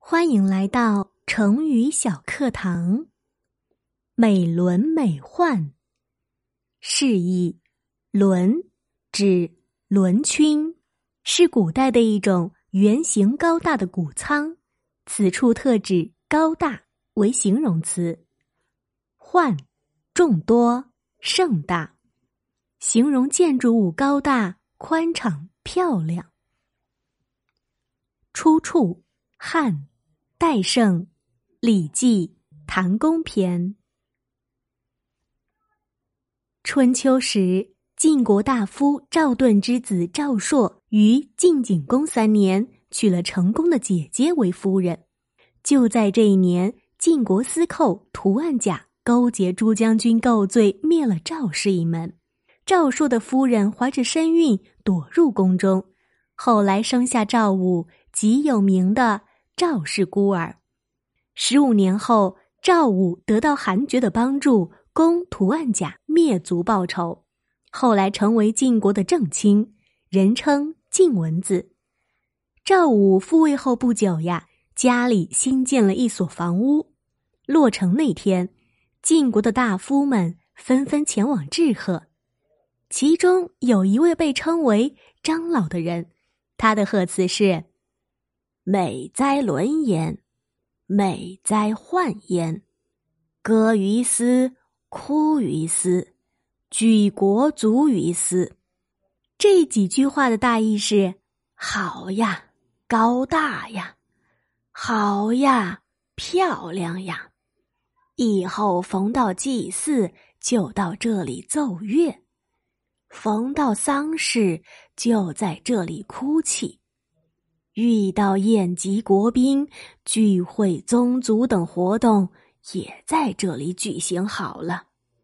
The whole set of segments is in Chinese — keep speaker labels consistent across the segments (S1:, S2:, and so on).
S1: 欢迎来到成语小课堂。美轮美奂，释义：轮指轮群，是古代的一种圆形高大的谷仓，此处特指高大为形容词。奂，众多盛大，形容建筑物高大宽敞漂亮。出处：汉戴胜《礼记·谭公篇》。春秋时，晋国大夫赵盾之子赵朔于晋景公3年娶了成公的姐姐为夫人。就在这一年，晋国司寇屠岸贾勾结诸将军构罪，灭了赵氏一门。赵朔的夫人怀着身孕躲入宫中，后来生下赵武，极有名的赵氏孤儿。15年后，赵武得到韩厥的帮助，攻屠岸贾，灭族报仇，后来成为晋国的正卿，人称晋文子。赵武复位后不久呀，家里新建了一所房屋。落成那天，晋国的大夫们纷纷前往致贺，其中有一位被称为张老的人，他的贺词是：美哉轮焉，美哉奂焉，歌于斯，哭于斯，举国足于斯。这几句话的大意是：好呀，高大呀，好呀，漂亮呀，以后逢到祭祀就到这里奏乐，逢到丧事就在这里哭泣，遇到宴集国宾、聚会宗族等活动也在这里举行好了。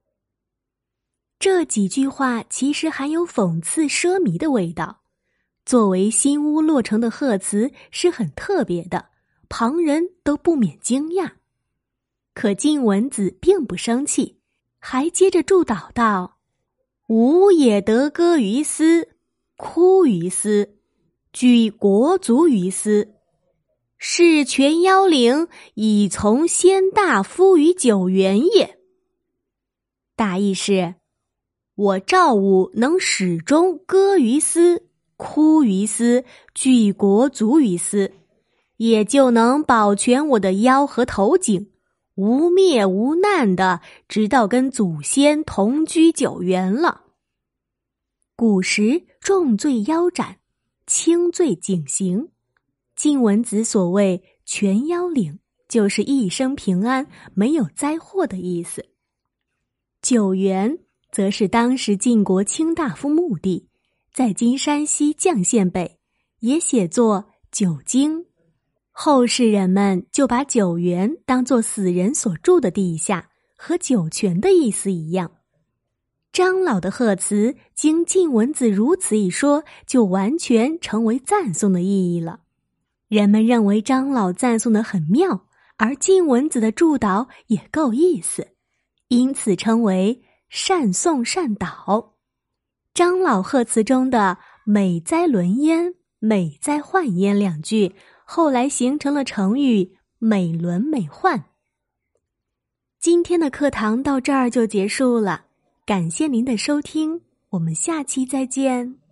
S1: 这几句话其实含有讽刺奢靡的味道，作为新屋落成的贺词是很特别的，旁人都不免惊讶。可晋文子并不生气，还接着祝祷道：吾也得歌于斯，哭于斯，举国足于斯，是权邀领，以从先大夫于九原也。大意是：我赵武能始终歌于斯，哭于斯，举国足于斯，也就能保全我的腰和头颈，无灭无难的直到跟祖先同居九原了。古时重罪腰斩，轻罪绞刑，晋文子所谓全邀领，就是一生平安，没有灾祸的意思。九原则是当时晋国卿大夫墓地，在今山西绛县北，也写作九经。后世人们就把九原当作死人所住的地下，和九泉的意思一样。张老的贺词经晋文子如此一说，就完全成为赞颂的意义了。人们认为张老赞颂得很妙，而晋文子的祝祷也够意思，因此称为善颂善祷。张老贺词中的美哉轮焉、美哉奂焉2句，后来形成了成语美轮美奂。今天的课堂到这儿就结束了，感谢您的收听，我们下期再见。